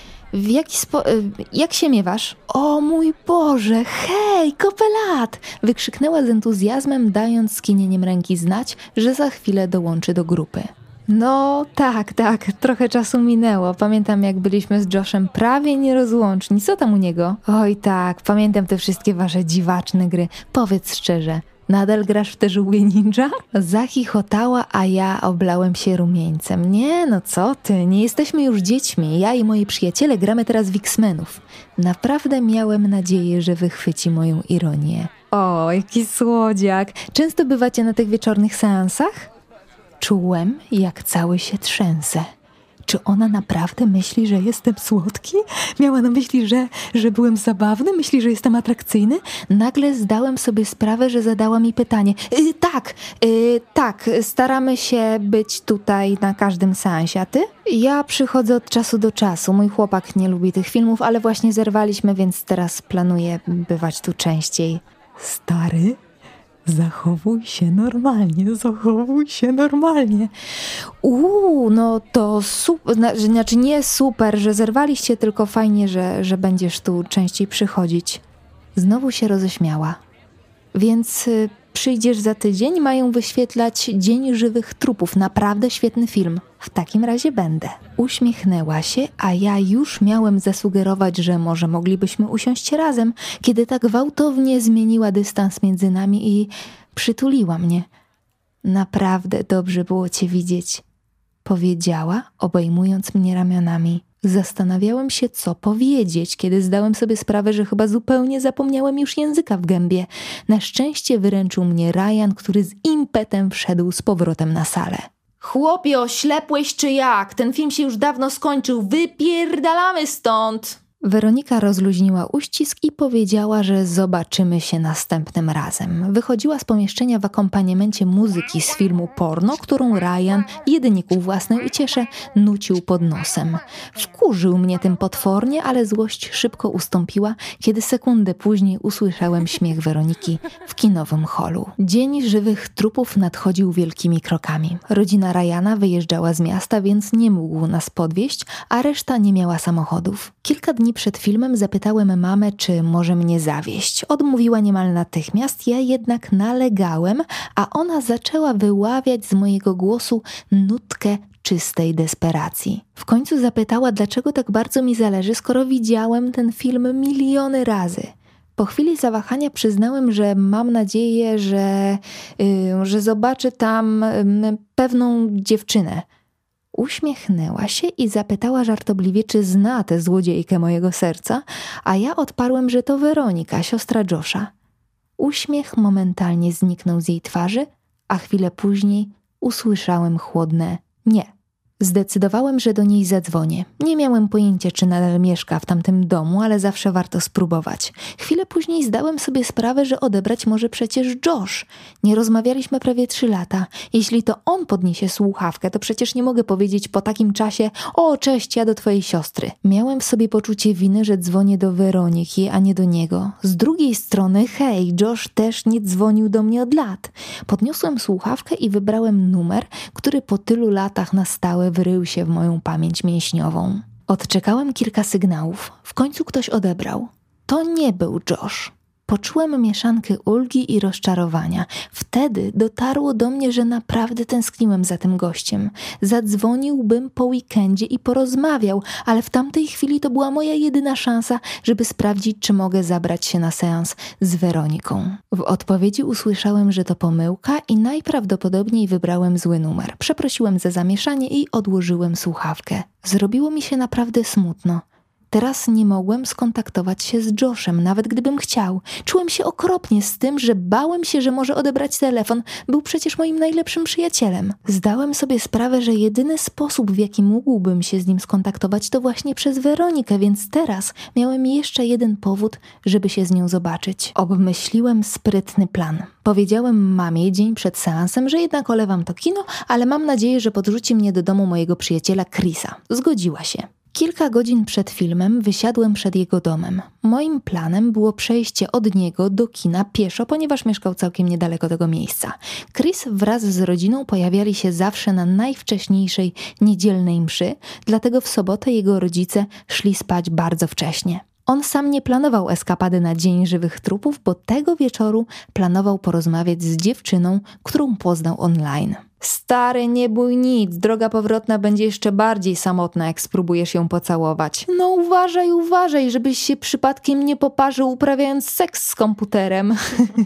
W jaki spo... Jak się miewasz? O mój Boże, hej, kopę lat! Wykrzyknęła z entuzjazmem, dając skinieniem ręki znać, że za chwilę dołączy do grupy. No tak, tak, trochę czasu minęło. Pamiętam, jak byliśmy z Joshem prawie nierozłączni. Co tam u niego? Oj tak, pamiętam te wszystkie wasze dziwaczne gry. Powiedz szczerze, nadal grasz w te żółwie ninja? Zachichotała, a ja oblałem się rumieńcem. Nie, no co ty, nie jesteśmy już dziećmi. Ja i moi przyjaciele gramy teraz w X-Menów. Naprawdę miałem nadzieję, że wychwyci moją ironię. O, jaki słodziak. Często bywacie na tych wieczornych seansach? Czułem, jak cały się trzęsę. Czy ona naprawdę myśli, że jestem słodki? Miała na myśli, że, że byłem zabawny? Myśli, że jestem atrakcyjny? Nagle zdałem sobie sprawę, że zadała mi pytanie. Yy, tak, yy, tak, staramy się być tutaj na każdym seansie, a ty? Ja przychodzę od czasu do czasu. Mój chłopak nie lubi tych filmów, ale właśnie zerwaliśmy, więc teraz planuję bywać tu częściej. Stary? Zachowuj się normalnie, zachowuj się normalnie. Uuu, no to super, znaczy nie super, że zerwaliście, tylko fajnie, że, że będziesz tu częściej przychodzić. Znowu się roześmiała. Więc y, przyjdziesz za tydzień, mają wyświetlać Dzień Żywych Trupów. Naprawdę świetny film. W takim razie będę. Uśmiechnęła się, a ja już miałem zasugerować, że może moglibyśmy usiąść razem, kiedy tak gwałtownie zmieniła dystans między nami i przytuliła mnie. Naprawdę dobrze było cię widzieć, powiedziała, obejmując mnie ramionami. Zastanawiałem się, co powiedzieć, kiedy zdałem sobie sprawę, że chyba zupełnie zapomniałem już języka w gębie. Na szczęście wyręczył mnie Ryan, który z impetem wszedł z powrotem na salę. Chłopie, oślepłeś czy jak? Ten film się już dawno skończył. Wypierdalamy stąd! Weronika rozluźniła uścisk i powiedziała, że zobaczymy się następnym razem. Wychodziła z pomieszczenia w akompaniamencie muzyki z filmu porno, którą Ryan, jedynie ku własnej uciesze, nucił pod nosem. Wkurzył mnie tym potwornie, ale złość szybko ustąpiła, kiedy sekundę później usłyszałem śmiech Weroniki w kinowym holu. Dzień Żywych Trupów nadchodził wielkimi krokami. Rodzina Ryana wyjeżdżała z miasta, więc nie mógł nas podwieźć, a reszta nie miała samochodów. Kilka dni przed filmem zapytałem mamę, czy może mnie zawieźć. Odmówiła niemal natychmiast, ja jednak nalegałem, a ona zaczęła wyławiać z mojego głosu nutkę czystej desperacji. W końcu zapytała, dlaczego tak bardzo mi zależy, skoro widziałem ten film miliony razy. Po chwili zawahania przyznałem, że mam nadzieję, że, yy, że zobaczę tam yy, pewną dziewczynę. Uśmiechnęła się i zapytała żartobliwie, czy zna tę złodziejkę mojego serca, a ja odparłem, że to Weronika, siostra Josha. Uśmiech momentalnie zniknął z jej twarzy, a chwilę później usłyszałem chłodne nie. Zdecydowałem, że do niej zadzwonię. Nie miałem pojęcia, czy nadal mieszka w tamtym domu, ale zawsze warto spróbować. Chwilę później zdałem sobie sprawę, że odebrać może przecież Josh. Nie rozmawialiśmy prawie trzy lata. Jeśli to on podniesie słuchawkę, to przecież nie mogę powiedzieć po takim czasie: o, cześć, ja do twojej siostry. Miałem w sobie poczucie winy, że dzwonię do Weroniki, a nie do niego. Z drugiej strony, hej, Josh też nie dzwonił do mnie od lat. Podniosłem słuchawkę i wybrałem numer, który po tylu latach na stałe wyrył się w moją pamięć mięśniową. Odczekałem kilka sygnałów. W końcu ktoś odebrał. To nie był Josh. Poczułem mieszankę ulgi i rozczarowania. Wtedy dotarło do mnie, że naprawdę tęskniłem za tym gościem. Zadzwoniłbym po weekendzie i porozmawiał, ale w tamtej chwili to była moja jedyna szansa, żeby sprawdzić, czy mogę zabrać się na seans z Weroniką. W odpowiedzi usłyszałem, że to pomyłka i najprawdopodobniej wybrałem zły numer. Przeprosiłem za zamieszanie i odłożyłem słuchawkę. Zrobiło mi się naprawdę smutno. Teraz nie mogłem skontaktować się z Joshem, nawet gdybym chciał. Czułem się okropnie z tym, że bałem się, że może odebrać telefon. Był przecież moim najlepszym przyjacielem. Zdałem sobie sprawę, że jedyny sposób, w jaki mógłbym się z nim skontaktować, to właśnie przez Weronikę, więc teraz miałem jeszcze jeden powód, żeby się z nią zobaczyć. Obmyśliłem sprytny plan. Powiedziałem mamie dzień przed seansem, że jednak olewam to kino, ale mam nadzieję, że podrzuci mnie do domu mojego przyjaciela Chrisa. Zgodziła się. Kilka godzin przed filmem wysiadłem przed jego domem. Moim planem było przejście od niego do kina pieszo, ponieważ mieszkał całkiem niedaleko tego miejsca. Chris wraz z rodziną pojawiali się zawsze na najwcześniejszej niedzielnej mszy, dlatego w sobotę jego rodzice szli spać bardzo wcześnie. On sam nie planował eskapady na Dzień Żywych Trupów, bo tego wieczoru planował porozmawiać z dziewczyną, którą poznał online. Stary, nie bój nic, droga powrotna będzie jeszcze bardziej samotna, jak spróbujesz ją pocałować. No uważaj, uważaj, żebyś się przypadkiem nie poparzył uprawiając seks z komputerem.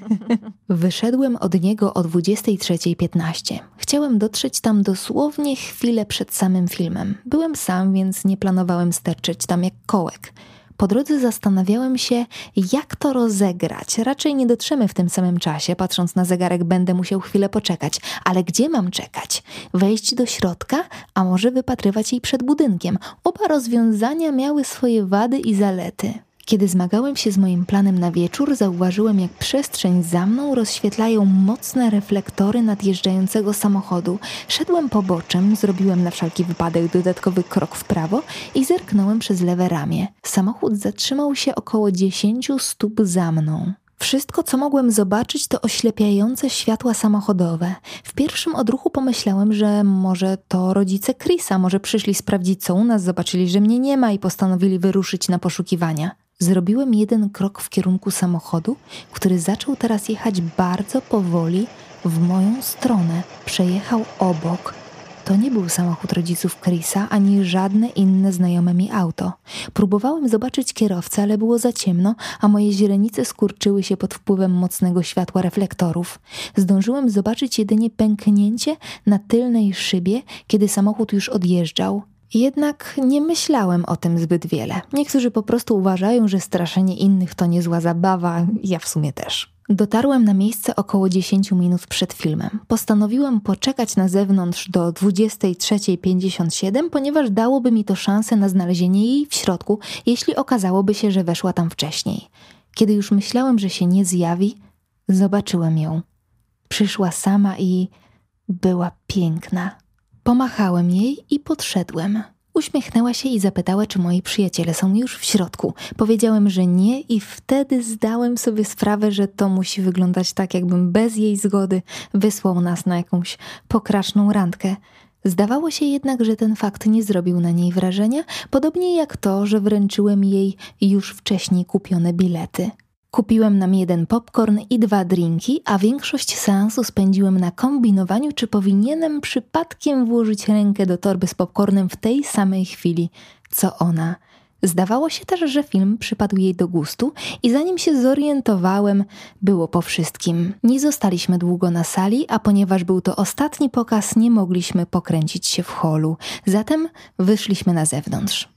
Wyszedłem od niego o dwudziestej trzeciej piętnaście. Chciałem dotrzeć tam dosłownie chwilę przed samym filmem. Byłem sam, więc nie planowałem sterczeć tam jak kołek. Po drodze zastanawiałem się, jak to rozegrać. Raczej nie dotrzemy w tym samym czasie. Patrząc na zegarek, będę musiał chwilę poczekać. Ale gdzie mam czekać? Wejść do środka, a może wypatrywać jej przed budynkiem? Oba rozwiązania miały swoje wady i zalety. Kiedy zmagałem się z moim planem na wieczór, zauważyłem, jak przestrzeń za mną rozświetlają mocne reflektory nadjeżdżającego samochodu. Szedłem poboczem, zrobiłem na wszelki wypadek dodatkowy krok w prawo i zerknąłem przez lewe ramię. Samochód zatrzymał się około dziesięciu stóp za mną. Wszystko, co mogłem zobaczyć, to oślepiające światła samochodowe. W pierwszym odruchu pomyślałem, że może to rodzice Chrisa, może przyszli sprawdzić, co u nas, zobaczyli, że mnie nie ma i postanowili wyruszyć na poszukiwania. Zrobiłem jeden krok w kierunku samochodu, który zaczął teraz jechać bardzo powoli w moją stronę. Przejechał obok. To nie był samochód rodziców Chrisa, ani żadne inne znajome mi auto. Próbowałem zobaczyć kierowcę, ale było za ciemno, a moje źrenice skurczyły się pod wpływem mocnego światła reflektorów. Zdążyłem zobaczyć jedynie pęknięcie na tylnej szybie, kiedy samochód już odjeżdżał. Jednak nie myślałem o tym zbyt wiele. Niektórzy po prostu uważają, że straszenie innych to niezła zabawa, ja w sumie też. Dotarłem na miejsce około dziesięć minut przed filmem. Postanowiłem poczekać na zewnątrz do dwudziestej trzeciej pięćdziesiąt siedem, ponieważ dałoby mi to szansę na znalezienie jej w środku, jeśli okazałoby się, że weszła tam wcześniej. Kiedy już myślałem, że się nie zjawi, zobaczyłem ją. Przyszła sama i była piękna. Pomachałem jej i podszedłem. Uśmiechnęła się i zapytała, czy moi przyjaciele są już w środku. Powiedziałem, że nie i wtedy zdałem sobie sprawę, że to musi wyglądać tak, jakbym bez jej zgody wysłał nas na jakąś pokraczną randkę. Zdawało się jednak, że ten fakt nie zrobił na niej wrażenia, podobnie jak to, że wręczyłem jej już wcześniej kupione bilety. Kupiłem nam jeden popcorn i dwa drinki, a większość seansu spędziłem na kombinowaniu, czy powinienem przypadkiem włożyć rękę do torby z popcornem w tej samej chwili, co ona. Zdawało się też, że film przypadł jej do gustu i zanim się zorientowałem, było po wszystkim. Nie zostaliśmy długo na sali, a ponieważ był to ostatni pokaz, nie mogliśmy pokręcić się w holu. Zatem wyszliśmy na zewnątrz.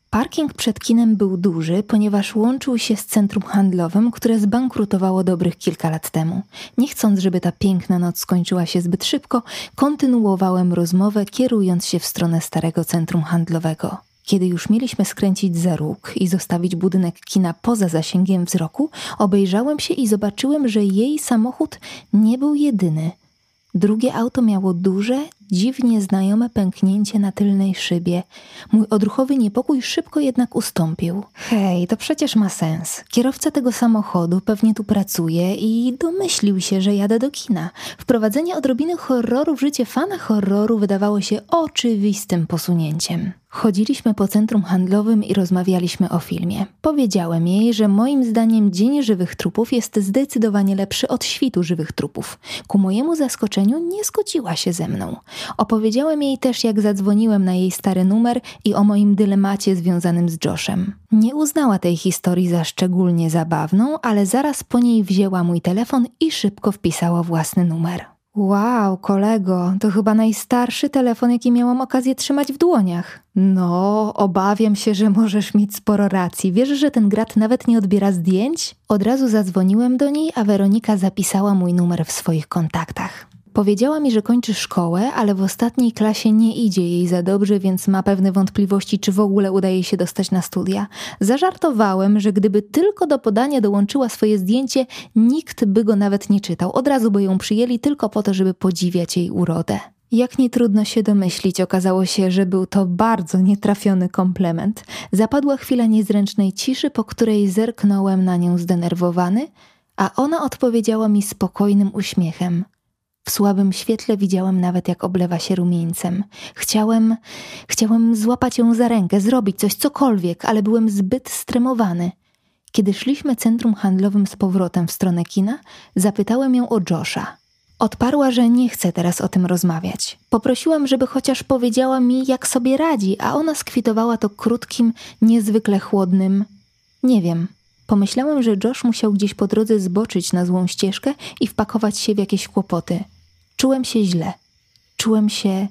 Parking przed kinem był duży, ponieważ łączył się z centrum handlowym, które zbankrutowało dobrych kilka lat temu. Nie chcąc, żeby ta piękna noc skończyła się zbyt szybko, kontynuowałem rozmowę, kierując się w stronę starego centrum handlowego. Kiedy już mieliśmy skręcić za róg i zostawić budynek kina poza zasięgiem wzroku, obejrzałem się i zobaczyłem, że jej samochód nie był jedyny. Drugie auto miało duże, dziwnie znajome pęknięcie na tylnej szybie. Mój odruchowy niepokój szybko jednak ustąpił. Hej, to przecież ma sens. Kierowca tego samochodu pewnie tu pracuje i domyślił się, że jadę do kina. Wprowadzenie odrobiny horroru w życie fana horroru wydawało się oczywistym posunięciem. Chodziliśmy po centrum handlowym i rozmawialiśmy o filmie. Powiedziałem jej, że moim zdaniem Dzień Żywych Trupów jest zdecydowanie lepszy od Świtu Żywych Trupów. Ku mojemu zaskoczeniu nie zgodziła się ze mną. Opowiedziałem jej też, jak zadzwoniłem na jej stary numer i o moim dylemacie związanym z Joshem. Nie uznała tej historii za szczególnie zabawną, ale zaraz po niej wzięła mój telefon i szybko wpisała własny numer. Wow, kolego, to chyba najstarszy telefon, jaki miałam okazję trzymać w dłoniach. No, obawiam się, że możesz mieć sporo racji. Wiesz, że ten grat nawet nie odbiera zdjęć? Od razu zadzwoniłem do niej, a Weronika zapisała mój numer w swoich kontaktach. Powiedziała mi, że kończy szkołę, ale w ostatniej klasie nie idzie jej za dobrze, więc ma pewne wątpliwości, czy w ogóle udaje się dostać na studia. Zażartowałem, że gdyby tylko do podania dołączyła swoje zdjęcie, nikt by go nawet nie czytał. Od razu by ją przyjęli tylko po to, żeby podziwiać jej urodę. Jak nie trudno się domyślić, okazało się, że był to bardzo nietrafiony komplement. Zapadła chwila niezręcznej ciszy, po której zerknąłem na nią zdenerwowany, a ona odpowiedziała mi spokojnym uśmiechem. W słabym świetle widziałem nawet, jak oblewa się rumieńcem. Chciałem, chciałem złapać ją za rękę, zrobić coś, cokolwiek, ale byłem zbyt stremowany. Kiedy szliśmy centrum handlowym z powrotem w stronę kina, zapytałem ją o Josha. Odparła, że nie chce teraz o tym rozmawiać. Poprosiłam, żeby chociaż powiedziała mi, jak sobie radzi, a ona skwitowała to krótkim, niezwykle chłodnym nie wiem. Pomyślałem, że Josh musiał gdzieś po drodze zboczyć na złą ścieżkę i wpakować się w jakieś kłopoty. Czułem się źle. Czułem się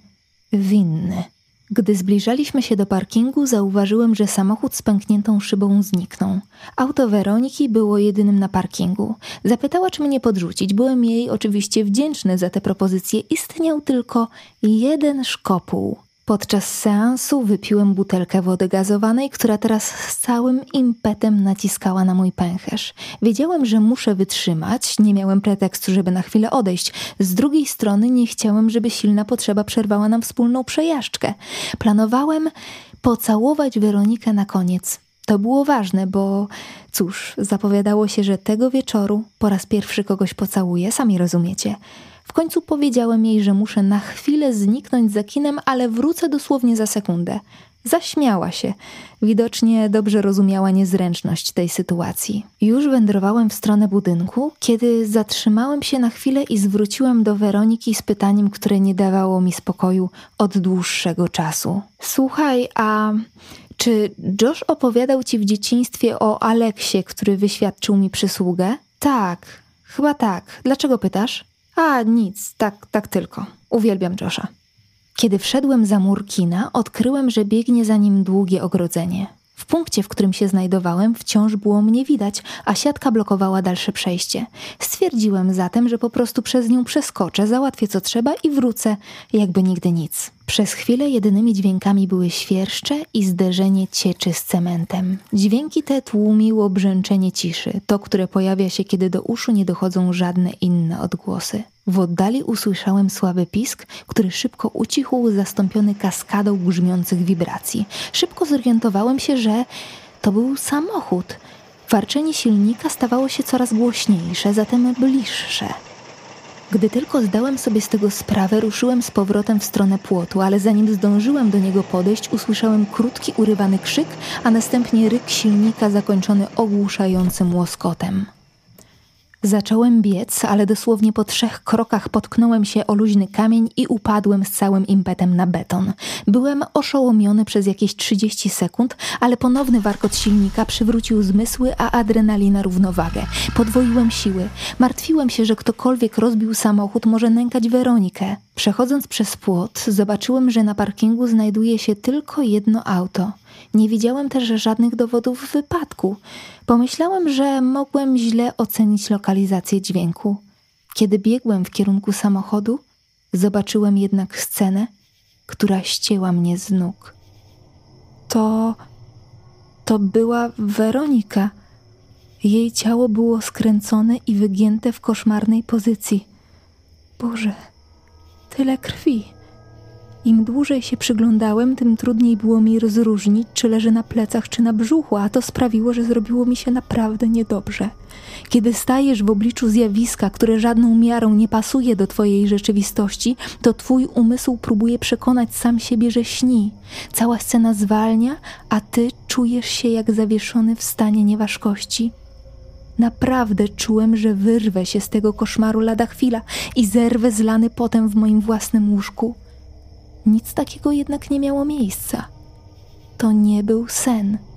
winny. Gdy zbliżaliśmy się do parkingu, zauważyłem, że samochód z pękniętą szybą zniknął. Auto Weroniki było jedynym na parkingu. Zapytała, czy mnie podrzucić. Byłem jej oczywiście wdzięczny za tę propozycję. Istniał tylko jeden szkopuł. Podczas seansu wypiłem butelkę wody gazowanej, która teraz z całym impetem naciskała na mój pęcherz. Wiedziałem, że muszę wytrzymać, nie miałem pretekstu, żeby na chwilę odejść. Z drugiej strony nie chciałem, żeby silna potrzeba przerwała nam wspólną przejażdżkę. Planowałem pocałować Weronikę na koniec. To było ważne, bo cóż, zapowiadało się, że tego wieczoru po raz pierwszy kogoś pocałuję, sami rozumiecie. W końcu powiedziałem jej, że muszę na chwilę zniknąć za kinem, ale wrócę dosłownie za sekundę. Zaśmiała się. Widocznie dobrze rozumiała niezręczność tej sytuacji. Już wędrowałem w stronę budynku, kiedy zatrzymałem się na chwilę i zwróciłem do Weroniki z pytaniem, które nie dawało mi spokoju od dłuższego czasu. Słuchaj, a czy Josh opowiadał ci w dzieciństwie o Aleksie, który wyświadczył mi przysługę? Tak, chyba tak. Dlaczego pytasz? A, nic, tak, tak tylko. Uwielbiam Josha. Kiedy wszedłem za mur kina, odkryłem, że biegnie za nim długie ogrodzenie. W punkcie, w którym się znajdowałem, wciąż było mnie widać, a siatka blokowała dalsze przejście. Stwierdziłem zatem, że po prostu przez nią przeskoczę, załatwię co trzeba i wrócę, jakby nigdy nic. Przez chwilę jedynymi dźwiękami były świerszcze i zderzenie cieczy z cementem. Dźwięki te tłumiło brzęczenie ciszy, to, które pojawia się, kiedy do uszu nie dochodzą żadne inne odgłosy. W oddali usłyszałem słaby pisk, który szybko ucichł, zastąpiony kaskadą grzmiących wibracji. Szybko zorientowałem się, że to był samochód. Warczenie silnika stawało się coraz głośniejsze, zatem bliższe. Gdy tylko zdałem sobie z tego sprawę, ruszyłem z powrotem w stronę płotu, ale zanim zdążyłem do niego podejść, usłyszałem krótki, urywany krzyk, a następnie ryk silnika zakończony ogłuszającym łoskotem. Zacząłem biec, ale dosłownie po trzech krokach potknąłem się o luźny kamień i upadłem z całym impetem na beton. Byłem oszołomiony przez jakieś trzydzieści sekund, ale ponowny warkot silnika przywrócił zmysły, a adrenalina równowagę. Podwoiłem siły. Martwiłem się, że ktokolwiek rozbił samochód, może nękać Weronikę. Przechodząc przez płot, zobaczyłem, że na parkingu znajduje się tylko jedno auto. Nie widziałem też żadnych dowodów wypadku. Pomyślałem, że mogłem źle ocenić lokalizację dźwięku. Kiedy biegłem w kierunku samochodu, zobaczyłem jednak scenę, która ścięła mnie z nóg. To... to była Weronika. Jej ciało było skręcone i wygięte w koszmarnej pozycji. Boże, tyle krwi. Im dłużej się przyglądałem, tym trudniej było mi rozróżnić, czy leży na plecach, czy na brzuchu, a to sprawiło, że zrobiło mi się naprawdę niedobrze. Kiedy stajesz w obliczu zjawiska, które żadną miarą nie pasuje do twojej rzeczywistości, to twój umysł próbuje przekonać sam siebie, że śni. Cała scena zwalnia, a ty czujesz się jak zawieszony w stanie nieważkości. Naprawdę czułem, że wyrwę się z tego koszmaru lada chwila i zerwę zlany potem w moim własnym łóżku. Nic takiego jednak nie miało miejsca. To nie był sen.